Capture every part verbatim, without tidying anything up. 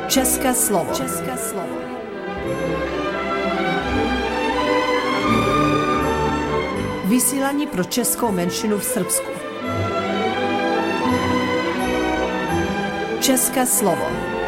České slovo. České slovo. Vysílání pro českou menšinu v Srbsku. České slovo.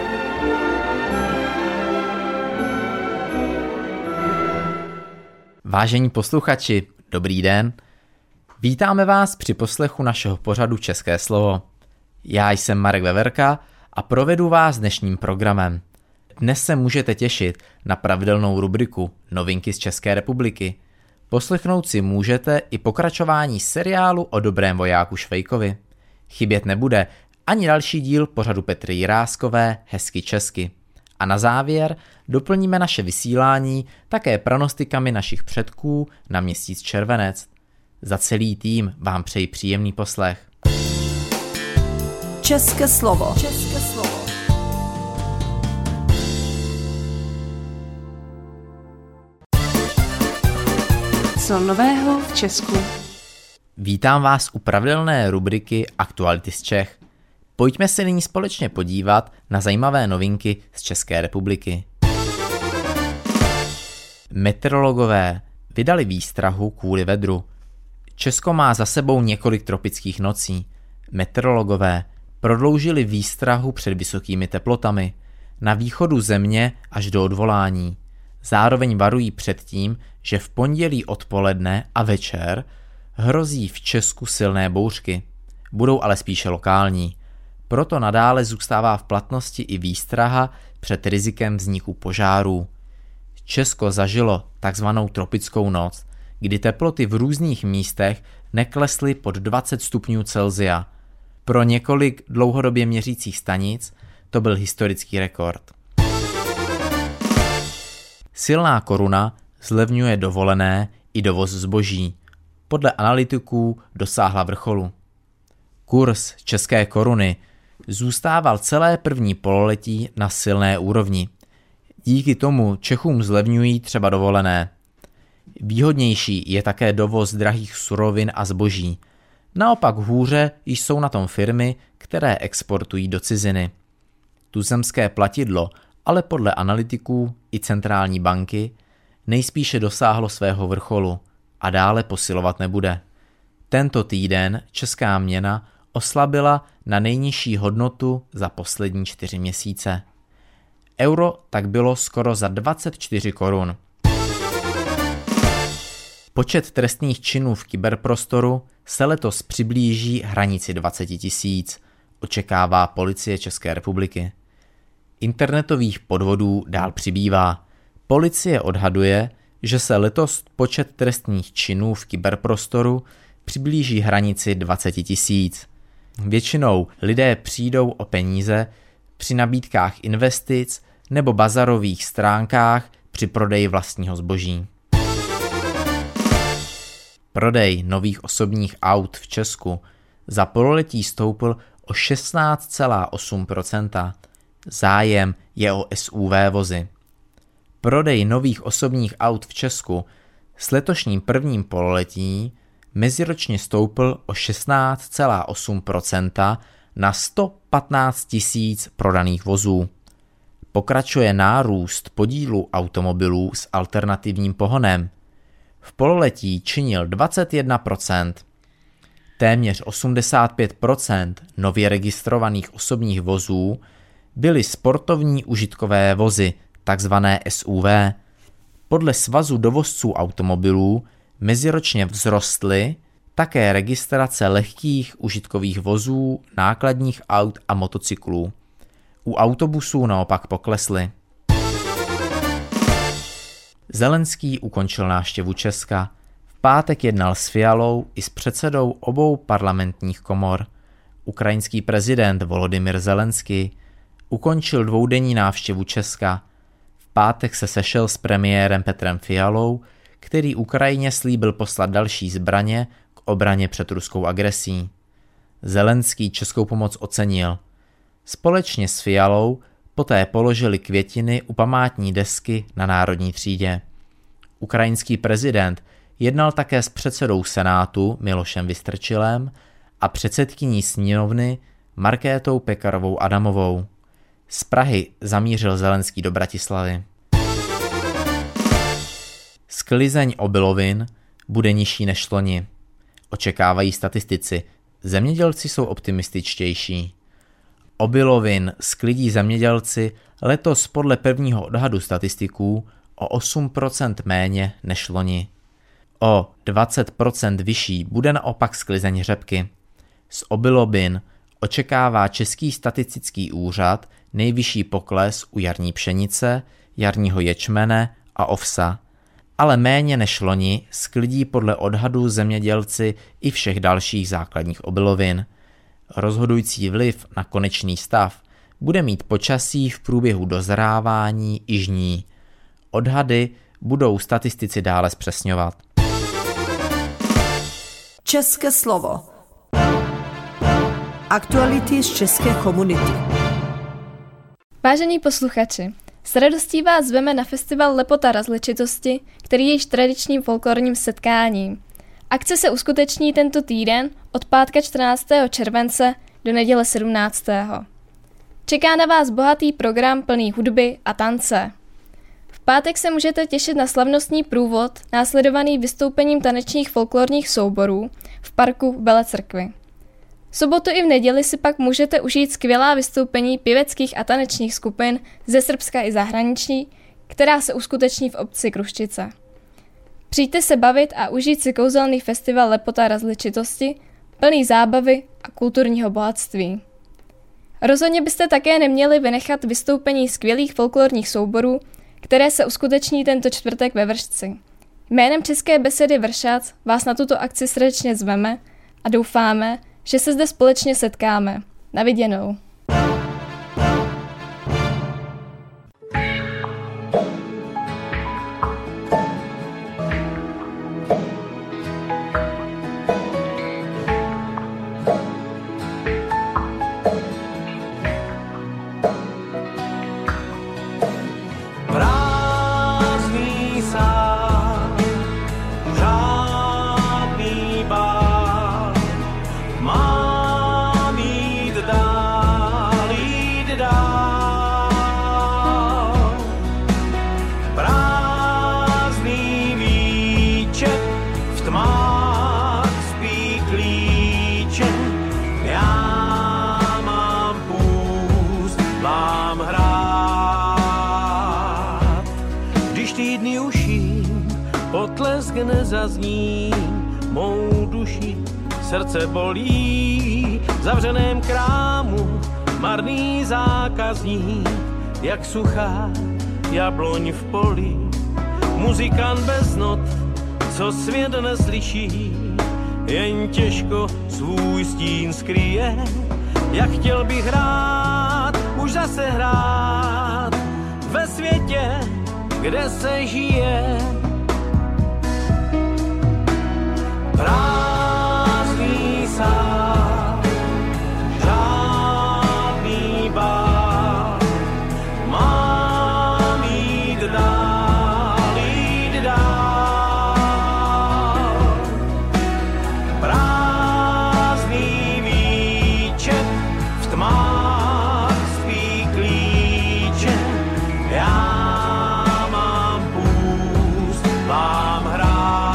Vážení posluchači, dobrý den. Vítáme vás při poslechu našeho pořadu České slovo. Já jsem Marek Veverka a provedu vás dnešním programem. Dnes se můžete těšit na pravidelnou rubriku Novinky z České republiky. Poslechnout si můžete i pokračování seriálu o dobrém vojáku Švejkovi. Chybět nebude ani další díl pořadu Petry Jiráskové Hezky česky. A na závěr doplníme naše vysílání také pranostikami našich předků na měsíc červenec. Za celý tým vám přeji příjemný poslech. České slovo. České slovo. Co nového v Česku? Vítám vás u pravidelné rubriky Aktuality z Čech. Pojďme se nyní společně podívat na zajímavé novinky z České republiky. Meteorologové vydali výstrahu kvůli vedru. Česko má za sebou několik tropických nocí. Meteorologové prodloužili výstrahu před vysokými teplotami, na východu země až do odvolání. Zároveň varují před tím, že v pondělí odpoledne a večer hrozí v Česku silné bouřky. Budou ale spíše lokální. Proto nadále zůstává v platnosti i výstraha před rizikem vzniku požárů. Česko zažilo takzvanou tropickou noc, kdy teploty v různých místech neklesly pod dvacet stupňů Celsia. Pro několik dlouhodobě měřících stanic to byl historický rekord. Silná koruna zlevňuje dovolené i dovoz zboží. Podle analytiků dosáhla vrcholu. Kurz české koruny zůstával celé první pololetí na silné úrovni. Díky tomu Čechům zlevňují třeba dovolené. Výhodnější je také dovoz drahých surovin a zboží. Naopak hůře jsou na tom firmy, které exportují do ciziny. Tuzemské platidlo ale podle analytiků i centrální banky nejspíše dosáhlo svého vrcholu a dále posilovat nebude. Tento týden česká měna oslabila na nejnižší hodnotu za poslední čtyři měsíce. Euro tak bylo skoro za dvacet čtyři korun. Počet trestných činů v kyberprostoru se letos přiblíží hranici dvacet tisíc, očekává Policie České republiky. Internetových podvodů dál přibývá. Policie odhaduje, že se letos počet trestných činů v kyberprostoru přiblíží hranici dvacet tisíc. Většinou lidé přijdou o peníze při nabídkách investic nebo bazarových stránkách při prodeji vlastního zboží. Prodej nových osobních aut v Česku za pololetí stoupl o šestnáct celá osm procenta. Zájem je o S U V vozy. Prodej nových osobních aut v Česku s letošním prvním pololetí meziročně stoupl o šestnáct celá osm procenta na sto patnáct tisíc prodaných vozů. Pokračuje nárůst podílu automobilů s alternativním pohonem. V pololetí činil dvacet jedna procent. Téměř osmdesát pět procent nově registrovaných osobních vozů byly sportovní užitkové vozy, takzvané S U V. Podle Svazu dovozců automobilů meziročně vzrostly také registrace lehkých užitkových vozů, nákladních aut a motocyklů. U autobusů naopak poklesly. Zelenský ukončil návštěvu Česka. V pátek jednal s Fialou i s předsedou obou parlamentních komor. Ukrajinský prezident Volodymyr Zelenský ukončil dvoudenní návštěvu Česka. V pátek se sešel s premiérem Petrem Fialou, který Ukrajině slíbil poslat další zbraně k obraně před ruskou agresí. Zelenský českou pomoc ocenil. Společně s Fialou poté položili květiny u památní desky na Národní třídě. Ukrajinský prezident jednal také s předsedou Senátu Milošem Vystrčilem a předsedkyní sněmovny Markétou Pekarovou Adamovou. Z Prahy zamířil Zelenský do Bratislavy. Sklizeň obilovin bude nižší než loni. Očekávají statistici. Zemědělci jsou optimističtější. Obilovin sklidí zemědělci letos podle prvního odhadu statistiků o osm procent méně než loni. O dvacet procent vyšší bude naopak sklizeň řepky. Z obilovin očekává Český statistický úřad nejvyšší pokles u jarní pšenice, jarního ječmene a ovsa, ale méně než loni sklidí podle odhadů zemědělci i všech dalších základních obilovin. Rozhodující vliv na konečný stav bude mít počasí v průběhu dozrávání i žní. Odhady budou statistici dále zpřesňovat. České slovo. Aktuality z české komunity. Vážení posluchači, s radostí vás zveme na festival Lepota različitosti, který je již tradičním folklorním setkáním. Akce se uskuteční tento týden od pátka čtrnáctého července do neděle sedmnáctého Čeká na vás bohatý program plný hudby a tance. V pátek se můžete těšit na slavnostní průvod, následovaný vystoupením tanečních folklorních souborů v parku v Belecrkvi. V sobotu i v neděli si pak můžete užít skvělá vystoupení pěveckých a tanečních skupin ze Srbska i zahraničí, která se uskuteční v obci Kruščice. Přijďte se bavit a užít si kouzelný festival Lepota različitosti, plný zábavy a kulturního bohatství. Rozhodně byste také neměli vynechat vystoupení skvělých folklorních souborů, které se uskuteční tento čtvrtek ve Vršci. Jménem České besedy Vršac vás na tuto akci srdečně zveme a doufáme, že se zde společně setkáme. Na viděnou. Potlesk nezazní, mou duši srdce bolí. V zavřeném krámu marný zákazník, jak suchá jabloň v poli. Muzikant bez not, co svět neslyší, jen těžko svůj stín skryje. Jak chtěl bych hrát, už zase hrát ve světě, kde se žije. Prázdný sál, žádný bál, mám jít dál, jít dál. Prázdný výčet v tmách spí klíče, já mám půst vám hrát.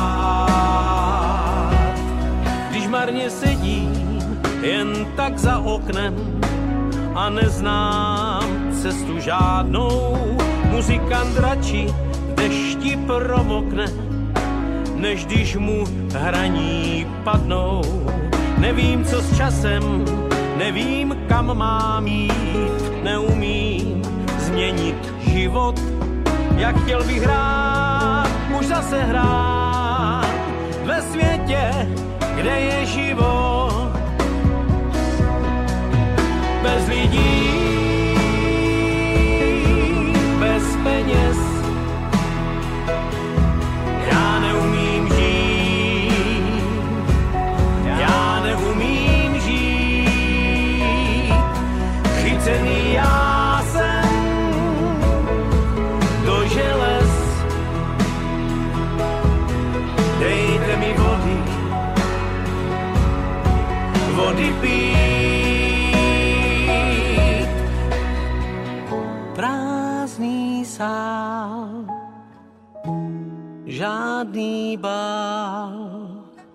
Marně sedím jen tak za oknem a neznám cestu žádnou. Muzikant radši v dešti promokne, než když mu hraní padnou. Nevím, co s časem, nevím, kam mám jít, neumím změnit život. Jak chtěl bych hrát, už zase hrát ve světě, kde je život bez lidí, bez peněz. Já neumím žít, já neumím žít. Chycený já jsem do želez. Dejte mi vody, vody pít. žádný bál.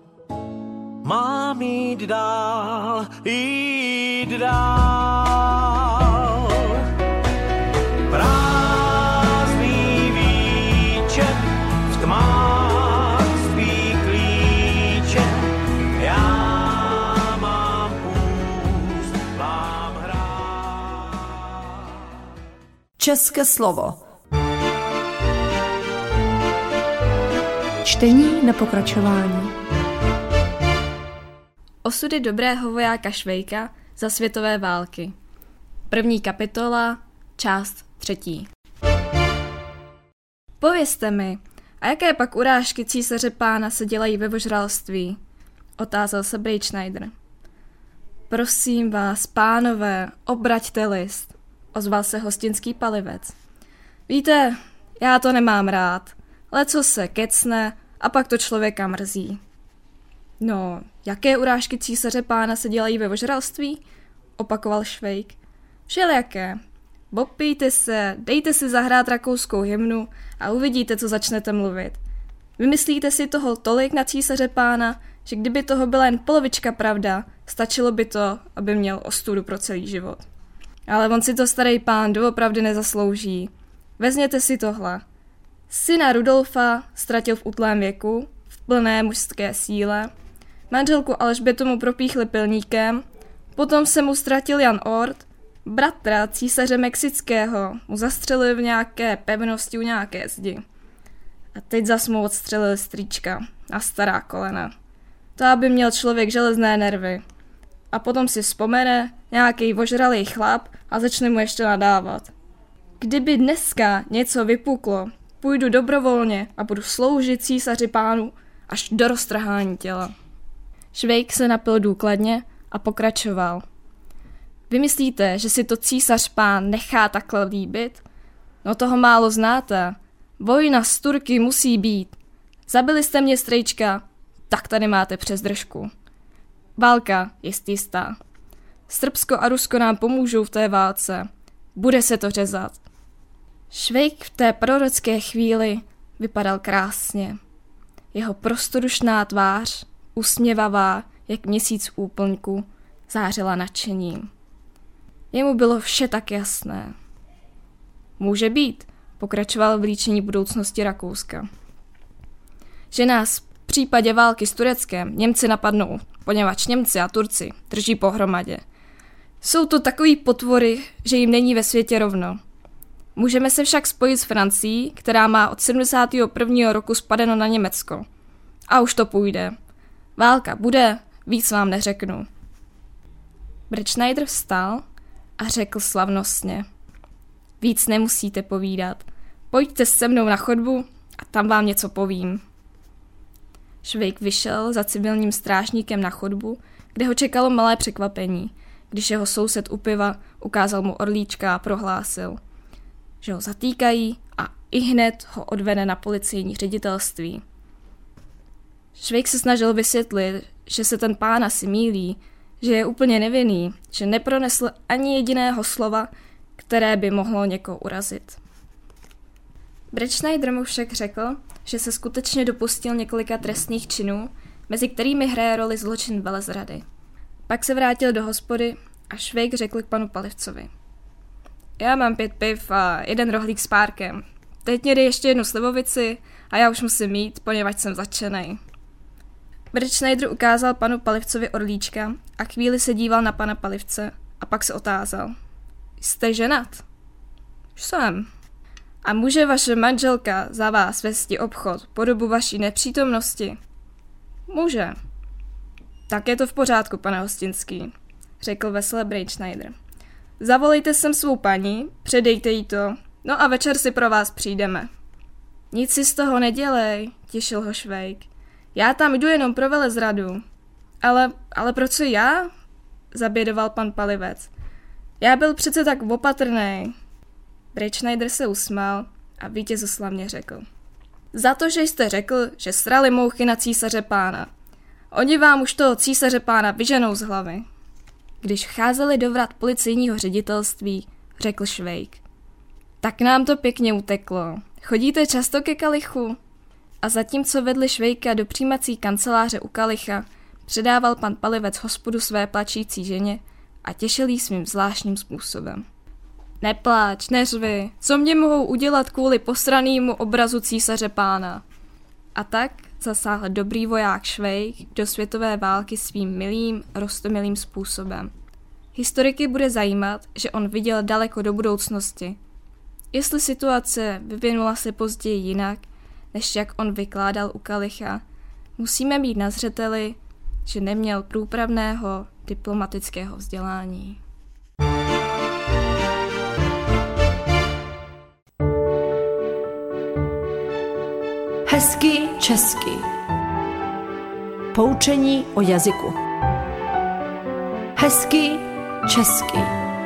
Mám jít dál, jít dál. Prázdný výčet v tmách svý klíče. Já mám půst vám hrát. České slovo. Čtení na pokračování. Osudy dobrého vojáka Švejka za světové války. První kapitola, část třetí. Povězte mi, a jaké pak urážky císaře pána se dělají ve vožralství? Otázal se Breitschneider. Prosím vás, pánové, obraťte list, ozval se hostinský palivec. Víte, já to nemám rád, leco se kecne a pak to člověka mrzí. No, jaké urážky císaře pána se dělají ve vožralství? Opakoval Švejk. Všelijaké. Popijte se, dejte si zahrát rakouskou hymnu a uvidíte, co začnete mluvit. Vymyslíte si toho tolik na císaře pána, že kdyby toho byla jen polovička pravda, stačilo by to, aby měl ostudu pro celý život. Ale on si to starý pán doopravdy nezaslouží. Vezměte si tohle. Syna Rudolfa ztratil v útlém věku, v plné mužské síle, manželku Alžbětu mu propíchli pilníkem, potom se mu ztratil Jan Ort, bratra císaře Mexického mu zastřelili v nějaké pevnosti u nějaké zdi. A teď zas mu odstřelili strýčka a stará kolena. To aby měl člověk železné nervy. A potom si vzpomene nějaký ožralý chlap a začne mu ještě nadávat. Kdyby dneska něco vypuklo, půjdu dobrovolně a budu sloužit císaři pánu až do roztrhání těla. Švejk se napil důkladně a pokračoval. Vymyslíte, že si to císař pán nechá takhle líbit? No toho málo znáte. Vojna s Turky musí být. Zabili jste mě, strejčka, tak tady máte přes držku. Válka je jistá. Srbsko a Rusko nám pomůžou v té válce. Bude se to řezat. Švejk v té prorocké chvíli vypadal krásně. Jeho prostodušná tvář, usměvavá, jak měsíc v úplňku, zářila nadšením. Jemu bylo vše tak jasné. Může být, pokračoval v líčení budoucnosti Rakouska. Že nás v případě války s Tureckem Němci napadnou, poněvadž Němci a Turci drží pohromadě. Jsou to takový potvory, že jim není ve světě rovno. Můžeme se však spojit s Francií, která má od sedmdesátého prvního roku spadeno na Německo. A už to půjde. Válka bude, víc vám neřeknu. Breitschneider vstal a řekl slavnostně. Víc nemusíte povídat. Pojďte se mnou na chodbu a tam vám něco povím. Švejk vyšel za civilním strážníkem na chodbu, kde ho čekalo malé překvapení, když jeho soused u piva ukázal mu orlíčka a prohlásil, že ho zatýkají a ihned ho odvede na policejní ředitelství. Švejk se snažil vysvětlit, že se ten pán asi mýlí, že je úplně nevinný, že nepronesl ani jediného slova, které by mohlo někoho urazit. Breitschneider mu však řekl, že se skutečně dopustil několika trestných činů, mezi kterými hraje roli zločin velezrady. Pak se vrátil do hospody a Švejk řekl k panu Palivcovi. Já mám pět piv a jeden rohlík s párkem. Teď mě dej ještě jednu slivovici a já už musím mít, poněvadž jsem začenej. Breitschneider ukázal panu Palivcovi orlíčka a chvíli se díval na pana Palivce a pak se otázal. Jste ženat? Jsem. A může vaše manželka za vás vesti obchod po dobu vaší nepřítomnosti? Může. Tak je to v pořádku, pane Hostinský, řekl vesele Breitschneider. Zavolejte sem svou paní, předejte jí to, no a večer si pro vás přijdeme. Nic si z toho nedělej, těšil ho Švejk. Já tam jdu jenom pro velezradu. Ale, ale proč já? Zabědoval pan Palivec. Já byl přece tak opatrnej. Breitschneider se usmál a vítězoslavně řekl. Za to, že jste řekl, že srali mouchy na císaře pána. Oni vám už toho císaře pána vyženou z hlavy. Když vcházeli do vrat policejního ředitelství, řekl Švejk. Tak nám to pěkně uteklo. Chodíte často ke kalichu? A zatímco vedli Švejka do přijímací kanceláře u kalicha, předával pan Palivec hospodu své plačící ženě a těšil jí svým zvláštním způsobem. Nepláč, neřvi, co mě mohou udělat kvůli posranýmu obrazu císaře pána. A tak zasáhl dobrý voják Švejk do světové války svým milým, roztomilým způsobem. Historiky bude zajímat, že on viděl daleko do budoucnosti. Jestli situace vyvinula se později jinak, než jak on vykládal u kalicha, musíme mít na zřeteli, že neměl průpravného diplomatického vzdělání. Hezký česky. Poučení o jazyku. Hezký česky.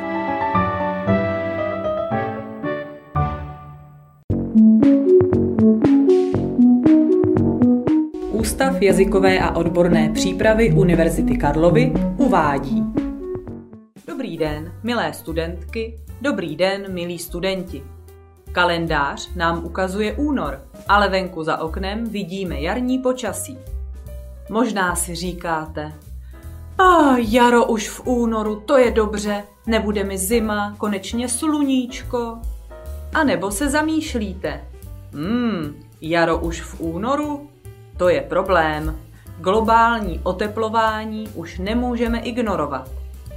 Ústav jazykové a odborné přípravy Univerzity Karlovy uvádí. Dobrý den, milé studentky, dobrý den, milí studenti. Kalendář nám ukazuje únor, ale venku za oknem vidíme jarní počasí. Možná si říkáte, a jaro už v únoru, to je dobře, nebude mi zima, konečně sluníčko. A nebo se zamýšlíte, hmm, jaro už v únoru? To je problém. Globální oteplování už nemůžeme ignorovat.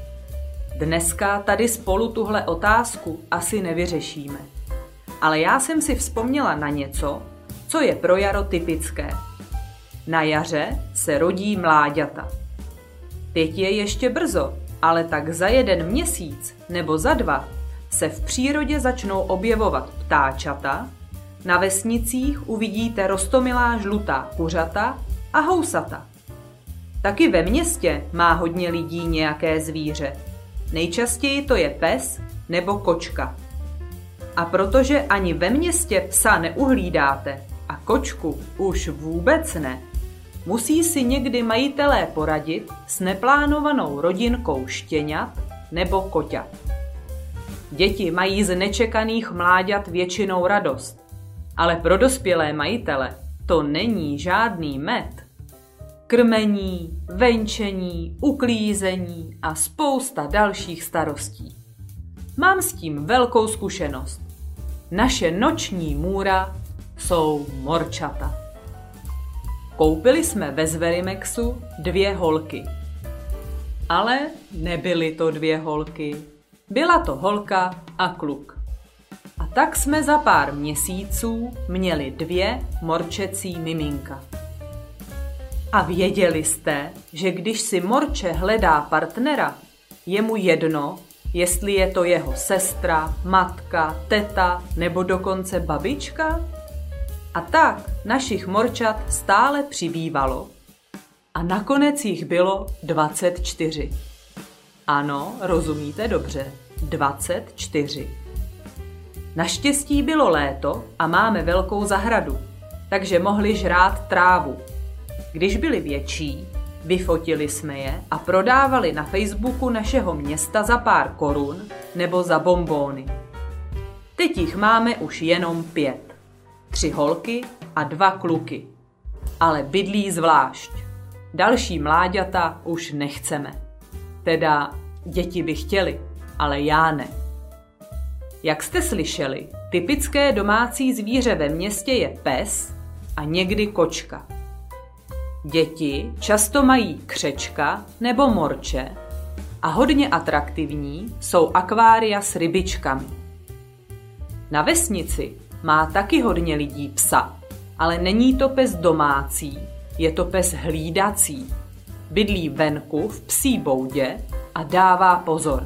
Dneska tady spolu tuhle otázku asi nevyřešíme. Ale já jsem si vzpomněla na něco, co je pro jaro typické. Na jaře se rodí mláďata. Teď je ještě brzo, ale tak za jeden měsíc nebo za dva se v přírodě začnou objevovat ptáčata, na vesnicích uvidíte roztomilá žlutá kuřata a housata. Taky ve městě má hodně lidí nějaké zvíře. Nejčastěji to je pes nebo kočka. A protože ani ve městě psa neuhlídáte a kočku už vůbec ne, musí si někdy majitelé poradit s neplánovanou rodinkou štěňat nebo koťat. Děti mají z nečekaných mláďat většinou radost, ale pro dospělé majitele to není žádný med. Krmení, venčení, uklízení a spousta dalších starostí. Mám s tím velkou zkušenost. Naše noční můra jsou morčata. Koupili jsme ve Zverimexu dvě holky. Ale nebyly to dvě holky. Byla to holka a kluk. A tak jsme za pár měsíců měli dvě morčecí miminka. A věděli jste, že když si morče hledá partnera, je mu jedno, jestli je to jeho sestra, matka, teta nebo dokonce babička? A tak našich morčat stále přibývalo a nakonec jich bylo dvacet čtyři. Ano, rozumíte dobře, dvacet čtyři. Naštěstí bylo léto a máme velkou zahradu, takže mohli žrát trávu. Když byli větší, vyfotili jsme je a prodávali na Facebooku našeho města za pár korun nebo za bonbóny. Teď jich máme už jenom pět. Tři holky a dva kluky. Ale bydlí zvlášť. Další mláďata už nechceme. Teda děti by chtěli, ale já ne. Jak jste slyšeli, typické domácí zvíře ve městě je pes a někdy kočka. Děti často mají křečka nebo morče a hodně atraktivní jsou akvária s rybičkami. Na vesnici má taky hodně lidí psa, ale není to pes domácí, je to pes hlídací. Bydlí venku v psí boudě a dává pozor.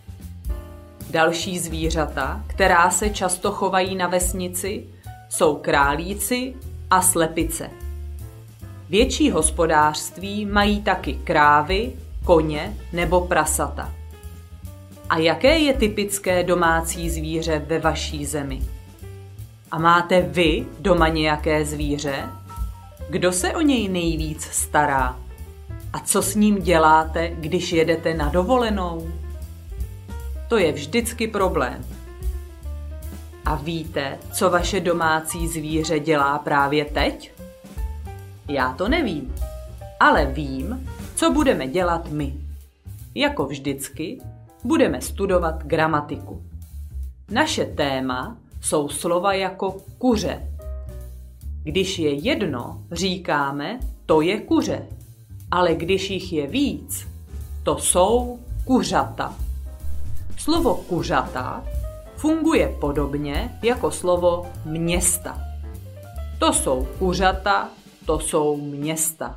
Další zvířata, která se často chovají na vesnici, jsou králíci a slepice. Větší hospodářství mají taky krávy, koně nebo prasata. A jaké je typické domácí zvíře ve vaší zemi? A máte vy doma nějaké zvíře? Kdo se o něj nejvíc stará? A co s ním děláte, když jedete na dovolenou? To je vždycky problém. A víte, co vaše domácí zvíře dělá právě teď? Já to nevím, ale vím, co budeme dělat my. Jako vždycky budeme studovat gramatiku. Naše téma jsou slova jako kuře. Když je jedno, říkáme, to je kuře, ale když jich je víc, to jsou kuřata. Slovo kuřata funguje podobně jako slovo města. To jsou kuřata, to jsou města.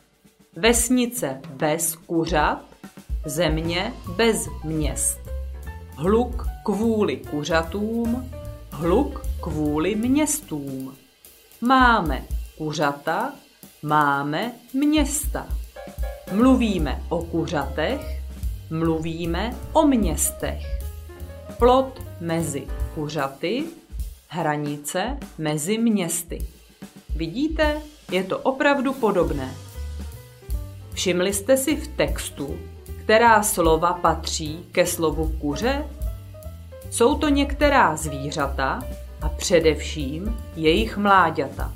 Vesnice bez kuřat, země bez měst. Hluk kvůli kuřatům, hluk kvůli městům. Máme kuřata, máme města. Mluvíme o kuřatech, mluvíme o městech. Plot mezi kuřaty, hranice mezi městy. Vidíte, je to opravdu podobné. Všimli jste si v textu, která slova patří ke slovu kuře? Jsou to některá zvířata a především jejich mláďata.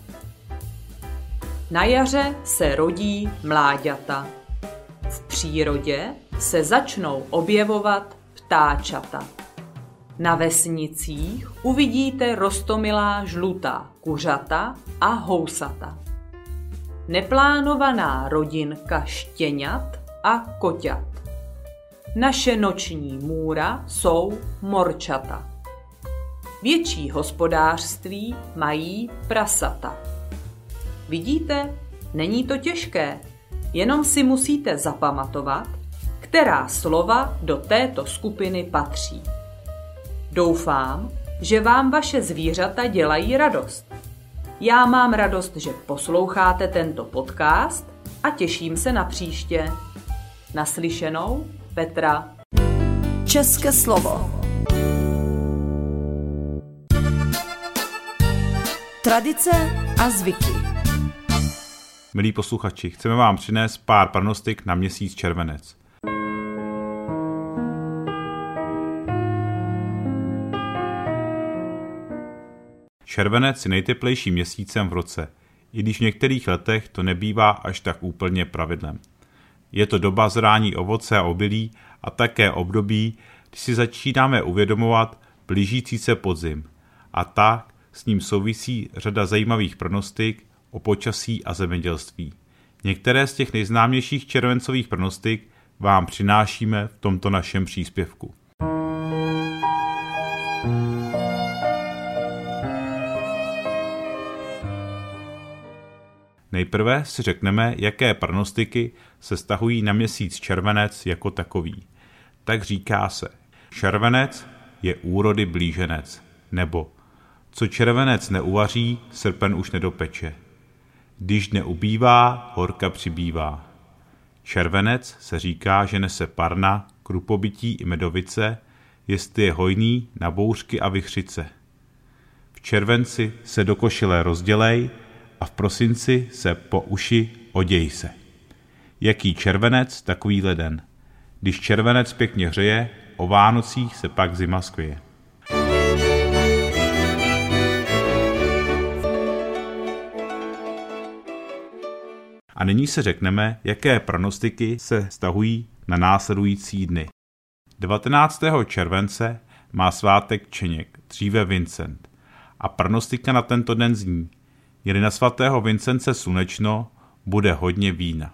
Na jaře se rodí mláďata. V přírodě se začnou objevovat ptáčata. Na vesnicích uvidíte roztomilá žlutá kuřata a housata. Neplánovaná rodinka štěňat a koťat. Naše noční můra jsou morčata. Větší hospodářství mají prasata. Vidíte, není to těžké, jenom si musíte zapamatovat, která slova do této skupiny patří. Doufám, že vám vaše zvířata dělají radost. Já mám radost, že posloucháte tento podcast a těším se na příště. Naslyšenou, Petra. České slovo. Tradice a zvyky. Milí posluchači, chceme vám přinést pár prognostik na měsíc červenec. Červenec je nejteplejším měsícem v roce, i když v některých letech to nebývá až tak úplně pravidlem. Je to doba zrání ovoce a obilí a také období, kdy si začínáme uvědomovat blížící se podzim. A tak s ním souvisí řada zajímavých prognostik o počasí a zemědělství. Některé z těch nejznámějších červencových prognostik vám přinášíme v tomto našem příspěvku. Nejprve si řekneme, jaké prognostiky se vztahují na měsíc červenec jako takový. Tak říká se, červenec je úrody blíženec, nebo co červenec neuvaří, srpen už nedopeče. Když neubývá, horka přibývá. Červenec se říká, že nese parna, krupobytí i medovice, jestli je hojný na bouřky a vichřice. V červenci se do košile rozdělej a v prosinci se po uši oděj se. Jaký červenec, takový leden. Když červenec pěkně hřeje, o Vánocích se pak zima skvěje. A nyní se řekneme, jaké prognostiky se vztahují na následující dny. devatenáctého července má svátek Čeněk, dříve Vincent. A prognostika na tento den zní, je-li na svatého Vincence slunečno, bude hodně vína.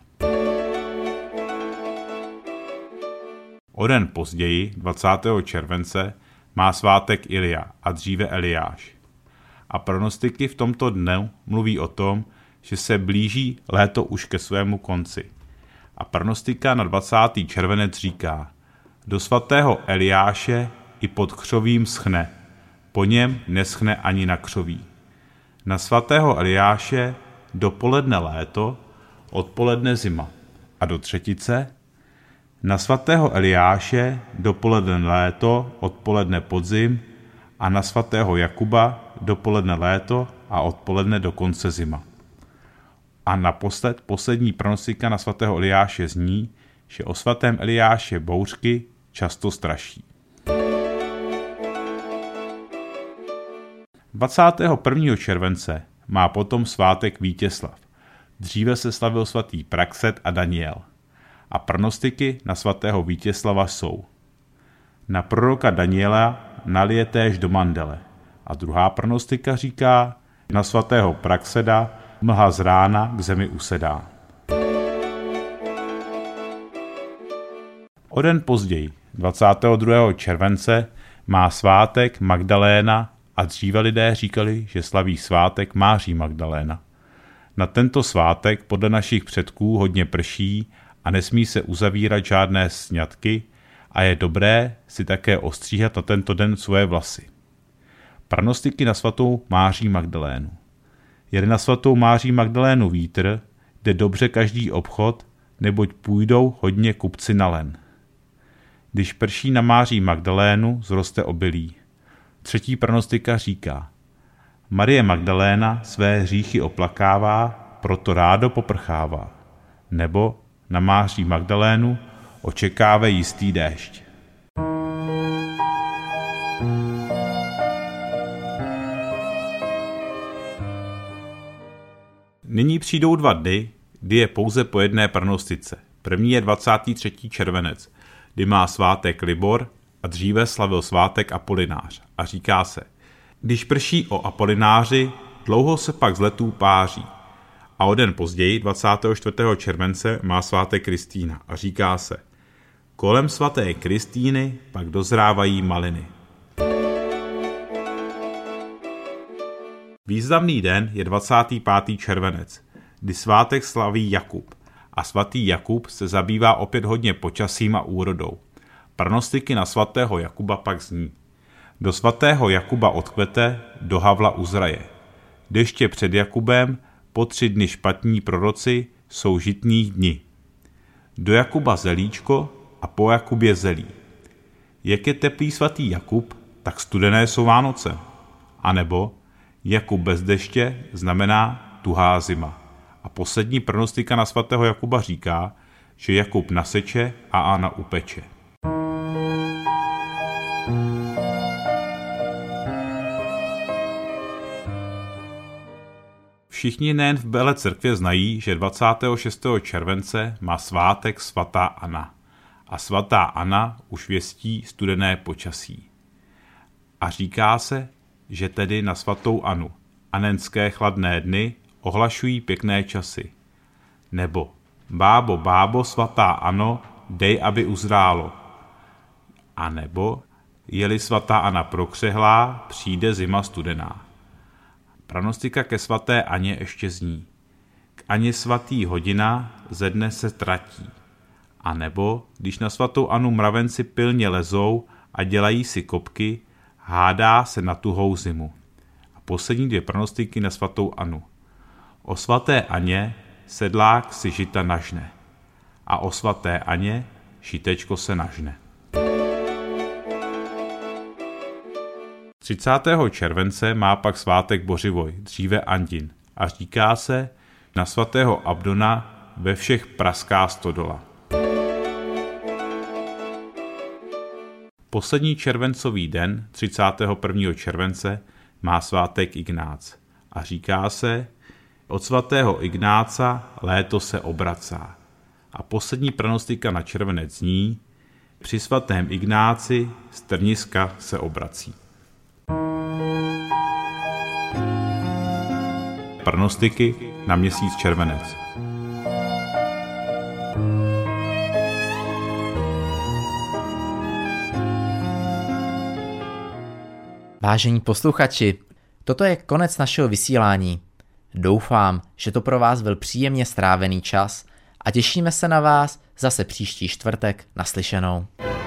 O den později, dvacátého července, má svátek Ilja a dříve Eliáš. A prognostiky v tomto dnu mluví o tom, že se blíží léto už ke svému konci. A prognostika na dvacátý červenec říká, do svatého Eliáše i pod křovím schne, po něm neschne ani na křoví. Na svatého Eliáše dopoledne léto, odpoledne zima. A do třetice, na svatého Eliáše dopoledne léto, odpoledne podzim a na svatého Jakuba dopoledne léto a odpoledne do konce zima. A naposled poslední prognostika na svatého Eliáše zní, že o svatém Eliáše bouřky často straší. dvacátého prvního července má potom svátek Vítězslav. Dříve se slavil svatý Praxed a Daniel. A prognostiky na svatého Vítězslava jsou: na proroka Daniela nalije též do mandele. A druhá prognostika říká: na svatého Praxeda mlha z rána k zemi usedá. O den později, dvacátého druhého července, má svátek Magdaléna a dříve lidé říkali, že slaví svátek Máří Magdaléna. Na tento svátek podle našich předků hodně prší a nesmí se uzavírat žádné sňatky a je dobré si také ostříhat na tento den svoje vlasy. Prognostiky na svatou Máří Magdalénu. Jede na svatou Máří Magdalénu vítr, jde dobře každý obchod, neboť půjdou hodně kupci na len. Když prší na Máří Magdalénu, zroste obilí. Třetí prognostika říká: Marie Magdaléna své hříchy oplakává, proto rádo poprchává. Nebo na Máří Magdalénu očekáve jistý déšť. Nyní přijdou dva dny, kdy je pouze po jedné prognostice. První je dvacátý třetí červenec, kdy má svátek Libor a dříve slavil svátek Apolinář. A říká se: když prší o Apolináři, dlouho se pak z letů páří. A o den později, dvacátého čtvrtého července, má svátek Kristýna a říká se: kolem svaté Kristýny pak dozrávají maliny. Významný den je dvacátý pátý červenec, kdy svátek slaví Jakub. A svatý Jakub se zabývá opět hodně počasím a úrodou. Prognostiky na svatého Jakuba pak zní: do svatého Jakuba odkvete, do Havla uzraje. Deště před Jakubem, po tři dny špatní proroci, jsou žitných dni. Do Jakuba zelíčko a po Jakubě zelí. Jak je teplý svatý Jakub, tak studené jsou Vánoce. A nebo Jakub bez deště znamená tuhá zima. A poslední prognostika na svatého Jakuba říká, že Jakub naseče a Anna upeče. Všichni nejen v Belé Cerkvě znají, že dvacátého šestého července má svátek svatá Anna. A svatá Anna už věstí studené počasí. A říká se, že tedy na svatou Anu anenské chladné dny ohlašují pěkné časy. Nebo bábo, bábo, svatá Ano, dej, aby uzrálo. A nebo je-li svatá Anna prokřehlá, přijde zima studená. Prognostika ke svaté Aně ještě zní: k Aně svatý hodina ze dne se tratí. A nebo když na svatou Anu mravenci pilně lezou a dělají si kopky, hádá se na tuhou zimu. A poslední dvě prognostiky na svatou Anu. O svaté Aně sedlák si žita nažne. A o svaté Aně šitečko se nažne. třicátého července má pak svátek Bořivoj, dříve Andin, a říká se, na svatého Abdona ve všech praská stodola. Poslední červencový den, třicátého prvního července, má svátek Ignác a říká se, od svatého Ignáca léto se obracá. A poslední prognostika na červenec zní, při svatém Ignáci strniska se obrací. Prognostiky na měsíc červenec. Vážení posluchači, toto je konec našeho vysílání. Doufám, že to pro vás byl příjemně strávený čas a těšíme se na vás zase příští čtvrtek naslyšenou.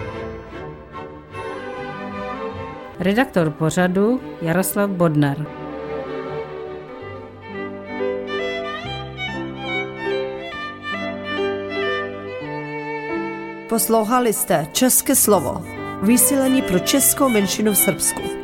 Redaktor pořadu Jaroslav Bodnar. Poslouchali jste České slovo, vysílání pro českou menšinu v Srbsku.